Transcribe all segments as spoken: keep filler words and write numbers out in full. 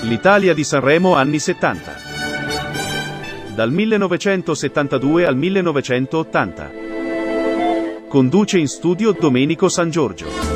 L'Italia di Sanremo anni settanta. Dal millenovecentosettantadue al millenovecentottanta. Conduce in studio Domenico San Giorgio.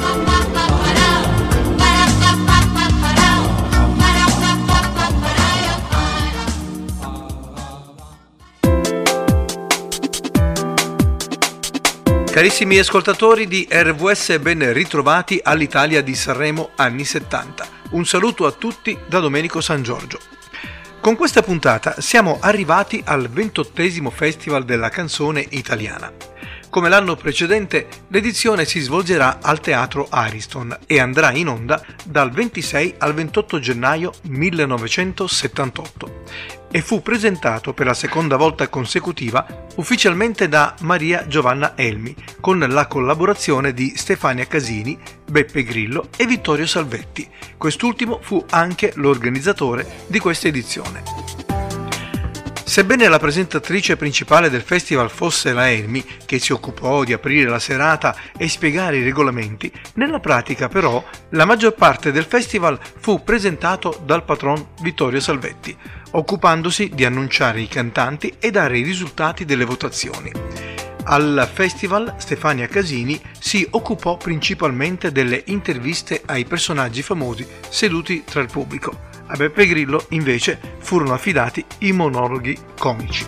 Carissimi ascoltatori di R V S, ben ritrovati all'Italia di Sanremo anni settanta. Un saluto a tutti da Domenico San Giorgio. Con questa puntata siamo arrivati al ventottesimo Festival della canzone italiana. Come l'anno precedente, l'edizione si svolgerà al Teatro Ariston e andrà in onda dal ventisei al ventotto gennaio millenovecentosettantotto e fu presentato per la seconda volta consecutiva ufficialmente da Maria Giovanna Elmi, con la collaborazione di Stefania Casini, Beppe Grillo e Vittorio Salvetti. Quest'ultimo fu anche l'organizzatore di questa edizione. Sebbene la presentatrice principale del festival fosse la Elmi, che si occupò di aprire la serata e spiegare i regolamenti, nella pratica però la maggior parte del festival fu presentato dal patron Vittorio Salvetti, occupandosi di annunciare i cantanti e dare i risultati delle votazioni. Al festival Stefania Casini si occupò principalmente delle interviste ai personaggi famosi seduti tra il pubblico. A Beppe Grillo invece furono affidati i monologhi comici.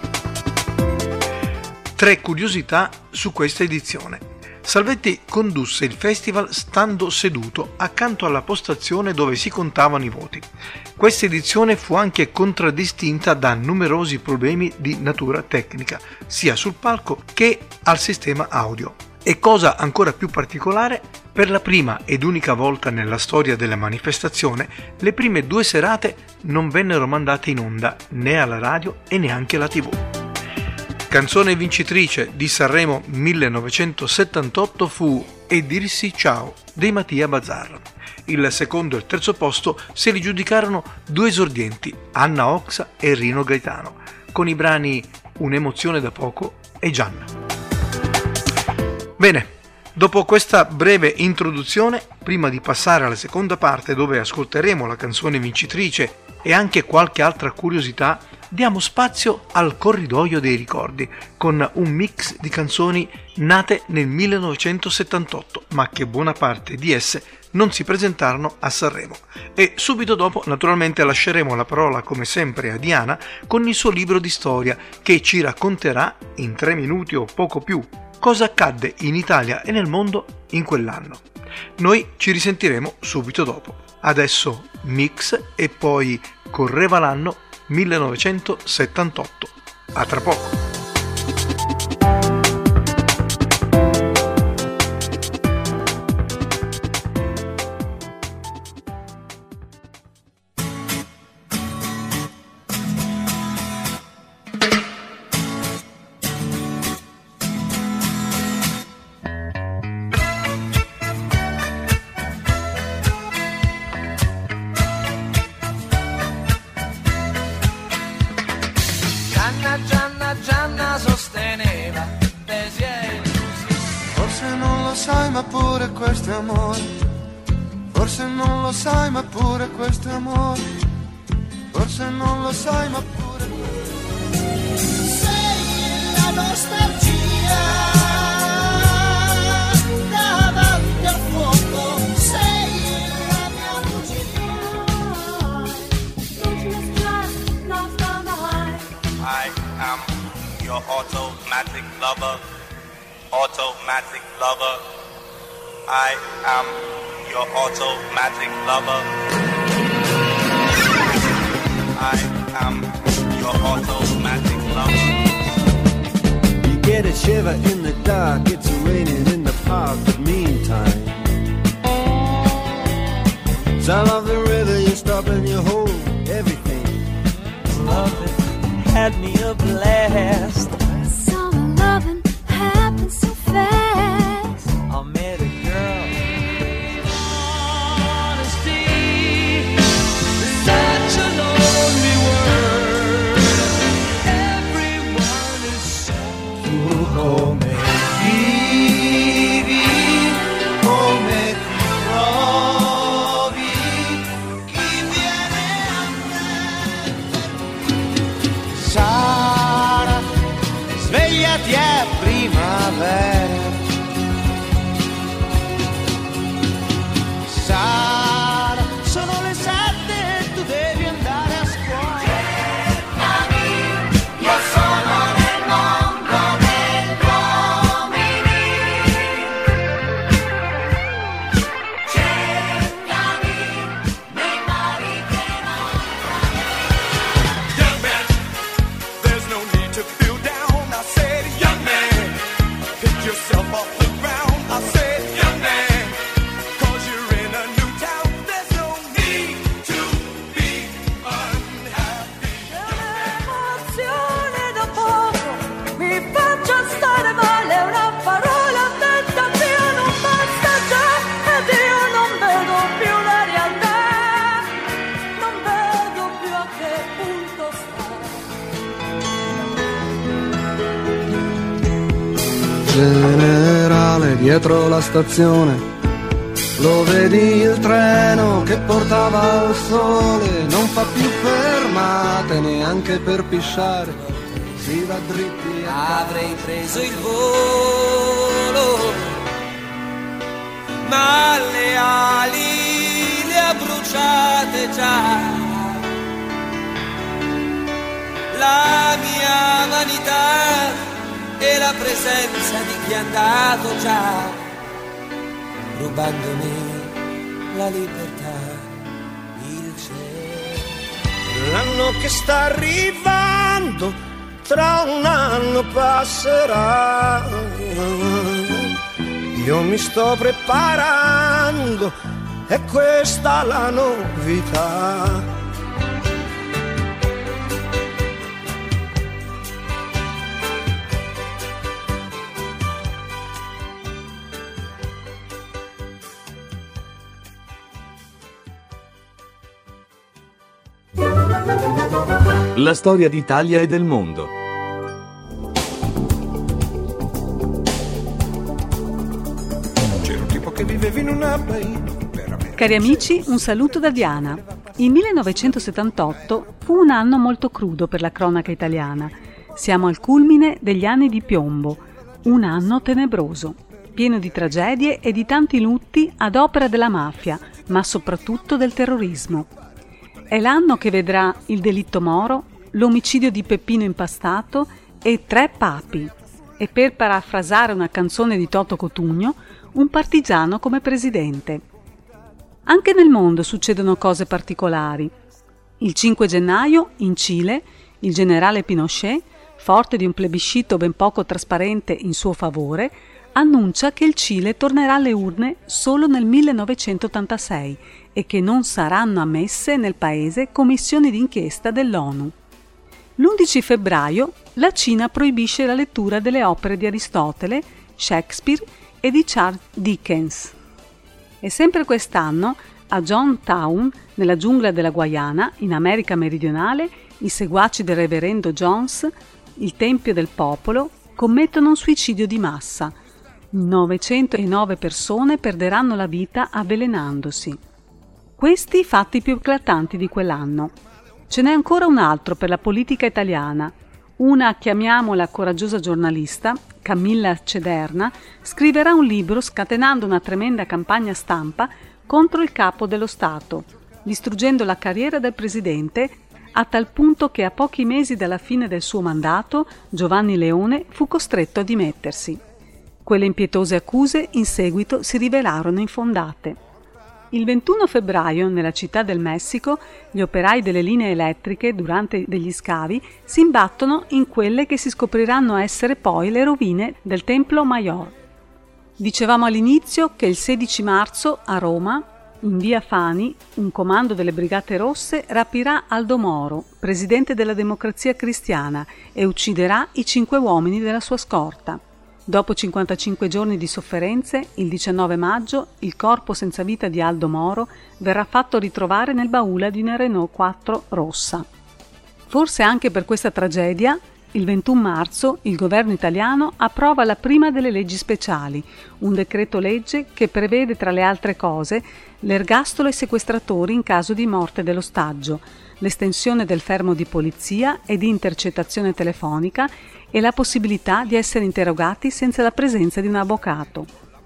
Tre curiosità su questa edizione. Salvetti condusse il festival stando seduto accanto alla postazione dove si contavano i voti. Questa edizione fu anche contraddistinta da numerosi problemi di natura tecnica, sia sul palco che al sistema audio. E cosa ancora più particolare, per la prima ed unica volta nella storia della manifestazione, le prime due serate non vennero mandate in onda né alla radio e neanche alla tivù. Canzone vincitrice di Sanremo millenovecentosettantotto fu E dirsi ciao dei Mattia Bazar. Il secondo e il terzo posto se li giudicarono due esordienti, Anna Oxa e Rino Gaetano, con i brani Un'emozione da poco e Gianna. Bene, dopo questa breve introduzione, prima di passare alla seconda parte dove ascolteremo la canzone vincitrice e anche qualche altra curiosità, diamo spazio al corridoio dei ricordi, con un mix di canzoni nate nel millenovecentosettantotto, ma che buona parte di esse non si presentarono a Sanremo. E subito dopo, naturalmente, lasceremo la parola, come sempre, a Diana con il suo libro di storia, che ci racconterà, in tre minuti o poco più, cosa accadde in Italia e nel mondo in quell'anno. Noi ci risentiremo subito dopo. Adesso mix e poi correva l'anno millenovecentosettantotto. A tra poco. Gianna, Gianna sosteneva tesi e illusioni. Forse non lo sai ma pure questo è amore. Forse non lo sai ma pure questo è amore. Forse non lo sai ma pure questo è amore. Sei la nostalgia davanti al fuoco. Sei la mia bugia. I am your automatic lover, automatic lover. I am your automatic lover. I am your automatic lover. You get a shiver in the dark, it's raining in the park, but meantime, sound of the river, you stop and you hold everything. Love it had me a blast. Summer loving happened so fast. I met a girl. Honesty is such a lonely word. Everyone is so Come vivi, come ti trovi. Chi viene a generale dietro la stazione. Lo vedi il treno che portava al sole, non fa più fermate neanche per pisciare, si va dritti a... Avrei preso il volo, ma le ali le ha bruciate già. La mia vanità e la presenza di chi è andato già, rubandomi la libertà, il cielo. L'anno che sta arrivando, tra un anno passerà. Io mi sto preparando, è questa la novità. La storia d'Italia e del mondo. C'era un tipo che viveva in una baia. Cari amici, un saluto da Diana. Il millenovecentosettantotto fu un anno molto crudo per la cronaca italiana. Siamo al culmine degli anni di piombo, un anno tenebroso, pieno di tragedie e di tanti lutti ad opera della mafia, ma soprattutto del terrorismo. È l'anno che vedrà il delitto Moro, l'omicidio di Peppino Impastato e tre papi. E per parafrasare una canzone di Toto Cotugno, un partigiano come presidente. Anche nel mondo succedono cose particolari. Il cinque gennaio, in Cile, il generale Pinochet, forte di un plebiscito ben poco trasparente in suo favore, annuncia che il Cile tornerà alle urne solo nel millenovecentottantasei e che non saranno ammesse nel paese commissioni d'inchiesta dell'ONU. L'undici febbraio la Cina proibisce la lettura delle opere di Aristotele, Shakespeare e di Charles Dickens. E sempre quest'anno, a Johnstown, nella giungla della Guayana, in America meridionale, i seguaci del reverendo Jones, il Tempio del Popolo, commettono un suicidio di massa. novecentonove persone perderanno la vita avvelenandosi. Questi i fatti più eclatanti di quell'anno. Ce n'è ancora un altro per la politica italiana. Una, chiamiamola coraggiosa giornalista, Camilla Cederna, scriverà un libro scatenando una tremenda campagna stampa contro il capo dello Stato, distruggendo la carriera del presidente a tal punto che a pochi mesi dalla fine del suo mandato Giovanni Leone fu costretto a dimettersi. Quelle impietose accuse in seguito si rivelarono infondate. Il ventuno febbraio, nella città del Messico, gli operai delle linee elettriche, durante degli scavi, si imbattono in quelle che si scopriranno essere poi le rovine del Templo Mayor. Dicevamo all'inizio che il sedici marzo, a Roma, in via Fani, un comando delle Brigate Rosse rapirà Aldo Moro, presidente della Democrazia Cristiana, e ucciderà i cinque uomini della sua scorta. Dopo cinquantacinque giorni di sofferenze, il diciannove maggio, il corpo senza vita di Aldo Moro verrà fatto ritrovare nel baule di una Renault quattro rossa. Forse anche per questa tragedia, il ventuno marzo, il governo italiano approva la prima delle leggi speciali, un decreto legge che prevede, tra le altre cose, l'ergastolo ai sequestratori in caso di morte dell'ostaggio, l'estensione del fermo di polizia e di intercettazione telefonica e la possibilità di essere interrogati senza la presenza di un avvocato.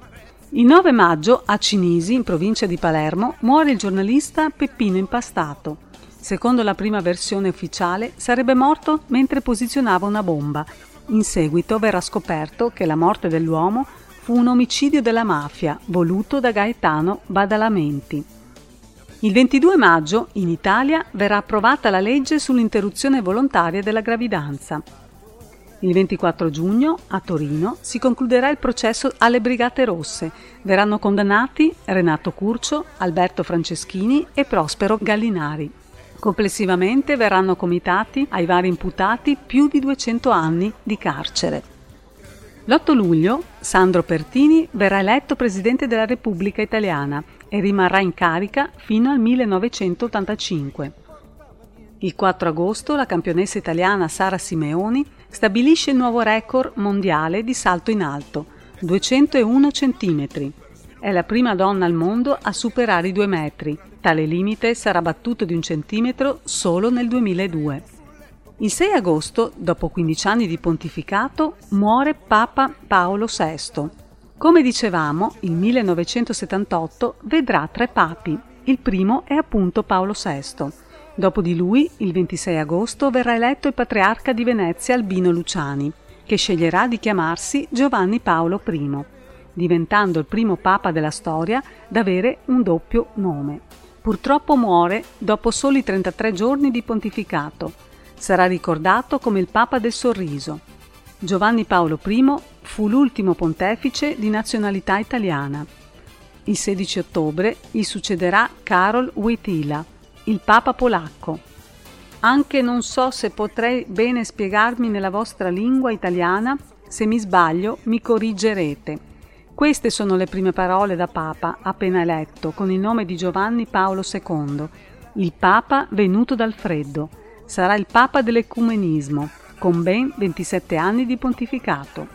Il nove maggio, a Cinisi, in provincia di Palermo, muore il giornalista Peppino Impastato. Secondo la prima versione ufficiale, sarebbe morto mentre posizionava una bomba. In seguito verrà scoperto che la morte dell'uomo fu un omicidio della mafia, voluto da Gaetano Badalamenti. Il ventidue maggio, in Italia, verrà approvata la legge sull'interruzione volontaria della gravidanza. Il ventiquattro giugno, a Torino, si concluderà il processo alle Brigate Rosse. Verranno condannati Renato Curcio, Alberto Franceschini e Prospero Gallinari. Complessivamente verranno comitati ai vari imputati più di duecento anni di carcere. L'otto luglio, Sandro Pertini verrà eletto Presidente della Repubblica Italiana e rimarrà in carica fino al millenovecentottantacinque. Il quattro agosto la campionessa italiana Sara Simeoni stabilisce il nuovo record mondiale di salto in alto, duecentouno centimetri. È la prima donna al mondo a superare i due metri. Tale limite sarà battuto di un centimetro solo nel duemiladue. Il sei agosto, dopo quindici anni di pontificato, muore Papa Paolo sesto. Come dicevamo, il millenovecentosettantotto vedrà tre papi. Il primo è appunto Paolo sesto. Dopo di lui, il ventisei agosto, verrà eletto il patriarca di Venezia Albino Luciani, che sceglierà di chiamarsi Giovanni Paolo primo, diventando il primo papa della storia ad avere un doppio nome. Purtroppo muore dopo soli trentatré giorni di pontificato. Sarà ricordato come il Papa del Sorriso. Giovanni Paolo primo fu l'ultimo pontefice di nazionalità italiana. Il sedici ottobre gli succederà Karol Wojtyła, il Papa polacco. Anche non so se potrei bene spiegarmi nella vostra lingua italiana, se mi sbaglio mi corrigerete. Queste sono le prime parole da Papa appena eletto, con il nome di Giovanni Paolo secondo, il Papa venuto dal freddo. Sarà il Papa dell'ecumenismo, con ben ventisette anni di pontificato.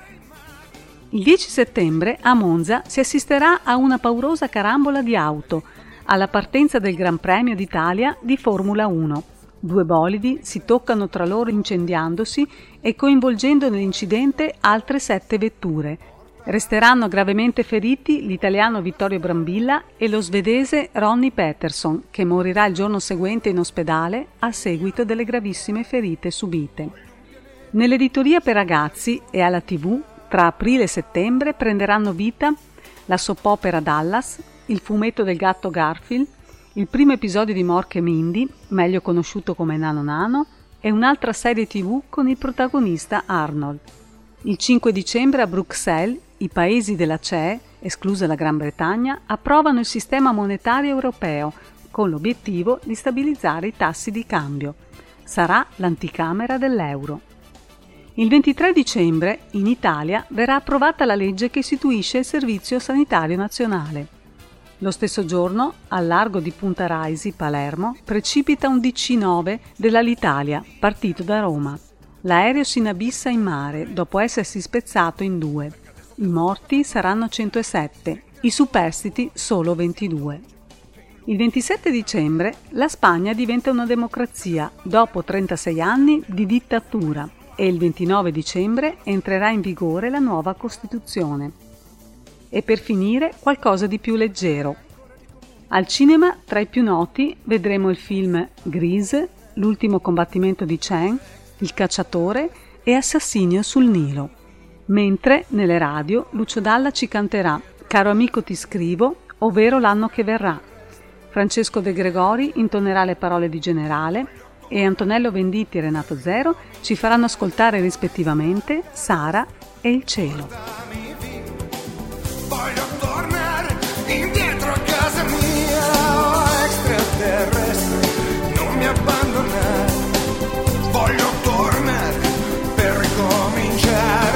Il dieci settembre a Monza si assisterà a una paurosa carambola di auto, alla partenza del Gran Premio d'Italia di Formula uno. Due bolidi si toccano tra loro incendiandosi e coinvolgendo nell'incidente altre sette vetture. Resteranno gravemente feriti l'italiano Vittorio Brambilla e lo svedese Ronnie Peterson, che morirà il giorno seguente in ospedale a seguito delle gravissime ferite subite. Nell'editoria per ragazzi e alla tivù, tra aprile e settembre, prenderanno vita la soap opera Dallas, il fumetto del gatto Garfield, il primo episodio di Mork e Mindy, meglio conosciuto come Nano Nano, e un'altra serie tivù con il protagonista Arnold. Il cinque dicembre a Bruxelles i paesi della C E, esclusa la Gran Bretagna, approvano il sistema monetario europeo con l'obiettivo di stabilizzare i tassi di cambio. Sarà l'anticamera dell'euro. Il ventitré dicembre in Italia verrà approvata la legge che istituisce il Servizio Sanitario Nazionale. Lo stesso giorno, al largo di Punta Raisi, Palermo, precipita un D C nove dell'Alitalia, partito da Roma. L'aereo si inabissa in mare dopo essersi spezzato in due. I morti saranno centosette, i superstiti solo ventidue. Il ventisette dicembre la Spagna diventa una democrazia dopo trentasei anni di dittatura e il ventinove dicembre entrerà in vigore la nuova Costituzione. E per finire qualcosa di più leggero. Al cinema, tra i più noti, vedremo il film Grease, L'ultimo combattimento di Chen, Il cacciatore e Assassinio sul Nilo. Mentre nelle radio Lucio Dalla ci canterà Caro amico ti scrivo, ovvero L'anno che verrà. Francesco De Gregori intonerà le parole di Generale e Antonello Venditti e Renato Zero ci faranno ascoltare rispettivamente Sara e Il cielo. Voglio tornare indietro a casa mia, oh extraterrestre, non mi abbandonare. Voglio tornare per ricominciare.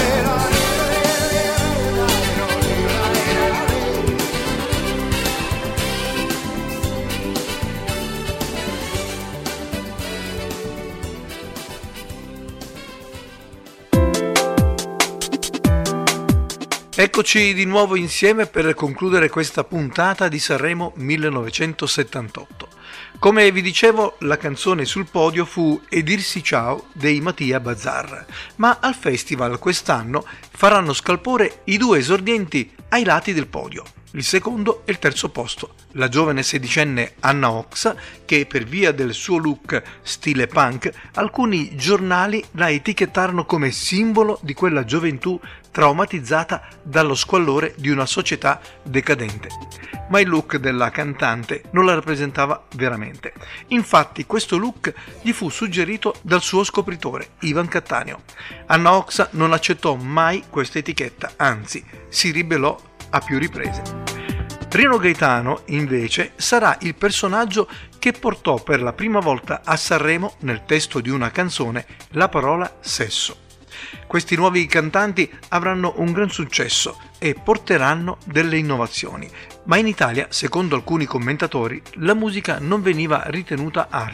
Eccoci di nuovo insieme per concludere questa puntata di Sanremo millenovecentosettantotto. Come vi dicevo, la canzone sul podio fu E dirsi ciao dei Mattia Bazar, ma al festival quest'anno faranno scalpore i due esordienti ai lati del podio, il secondo e il terzo posto, la giovane sedicenne Anna Oxa, che per via del suo look stile punk, alcuni giornali la etichettarono come simbolo di quella gioventù traumatizzata dallo squallore di una società decadente. Ma il look della cantante non la rappresentava veramente. Infatti questo look gli fu suggerito dal suo scopritore, Ivan Cattaneo. Anna Oxa non accettò mai questa etichetta, anzi si ribellò a più riprese. Rino Gaetano, invece, sarà il personaggio che portò per la prima volta a Sanremo, nel testo di una canzone, la parola sesso. Questi nuovi cantanti avranno un gran successo e porteranno delle innovazioni, ma in Italia, secondo alcuni commentatori, la musica non veniva ritenuta arte,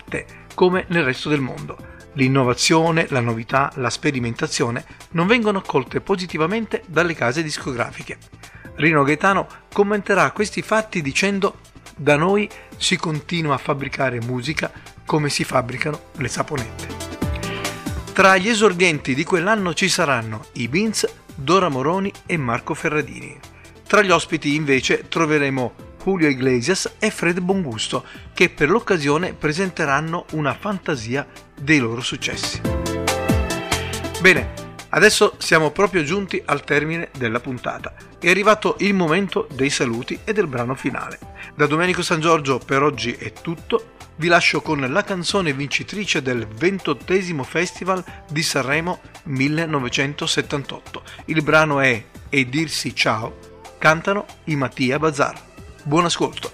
come nel resto del mondo. L'innovazione, la novità, la sperimentazione non vengono accolte positivamente dalle case discografiche. Rino Gaetano commenterà questi fatti dicendo: da noi si continua a fabbricare musica come si fabbricano le saponette. Tra gli esordienti di quell'anno ci saranno i Beans, Dora Moroni e Marco Ferradini. Tra gli ospiti invece troveremo Julio Iglesias e Fred Bongusto, che per l'occasione presenteranno una fantasia dei loro successi. Bene, adesso siamo proprio giunti al termine della puntata. È arrivato il momento dei saluti e del brano finale. Da Domenico San Giorgio per oggi è tutto. Vi lascio con la canzone vincitrice del ventottesimo Festival di Sanremo millenovecentosettantotto. Il brano è E dirsi ciao, cantano i Mattia Bazar. Buon ascolto.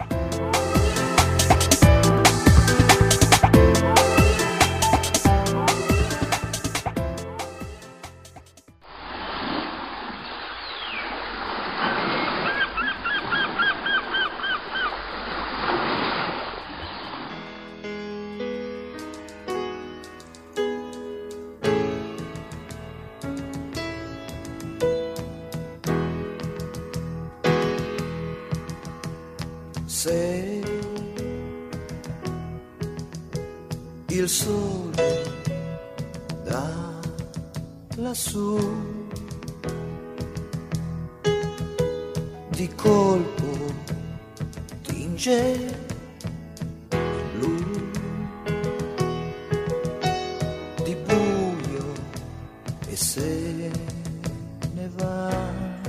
Se il sole da lassù di colpo tinge blu di buio e se ne va.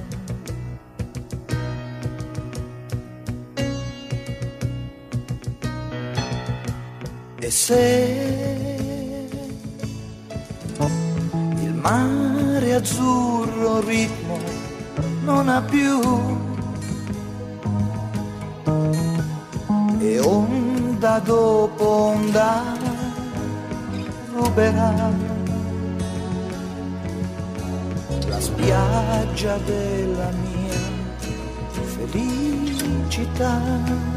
E se il mare azzurro ritmo non ha più e onda dopo onda ruberà la spiaggia della mia felicità.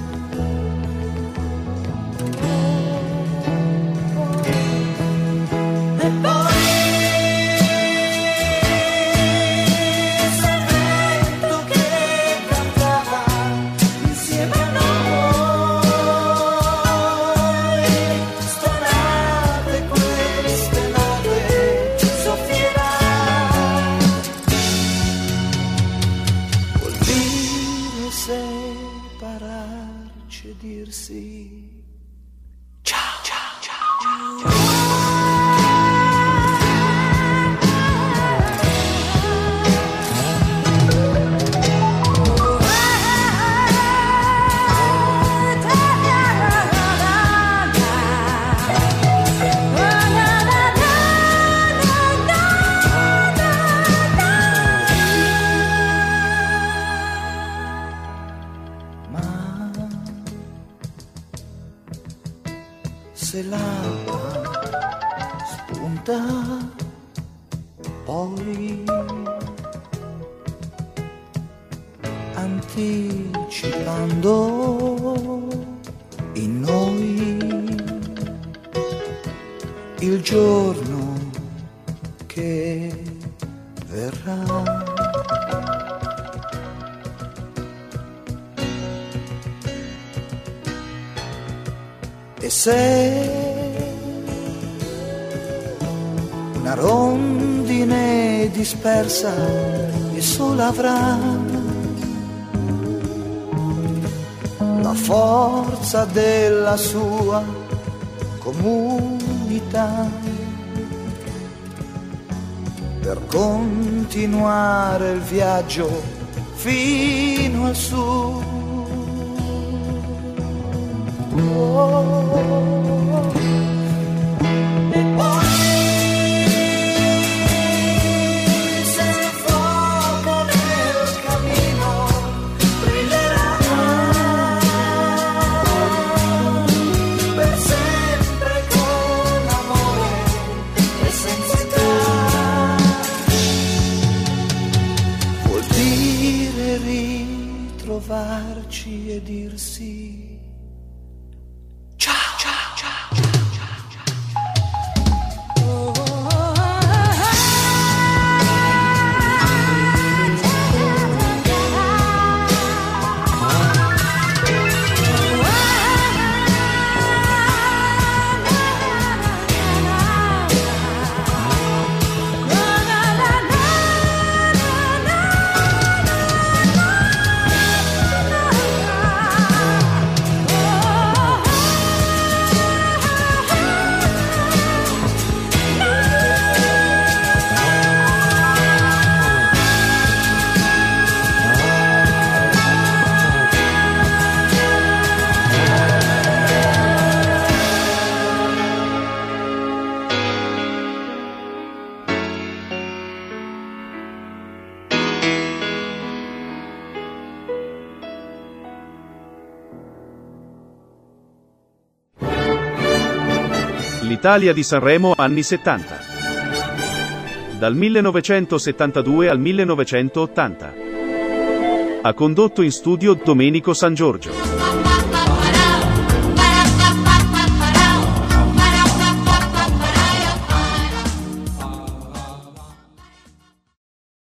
Se l'acqua spunta poi anticipando in noi il giorno che verrà. E se una rondine dispersa e sola avrà la forza della sua comunità per continuare il viaggio fino al sud. Oh, e poi se il fuoco nel cammino brillerà per sempre con amore e semplicità. Vuol dire ritrovarci e dirsi ciao. L'Italia di Sanremo anni settanta. Dal millenovecentosettantadue al millenovecentottanta. Ha condotto in studio Domenico San Giorgio.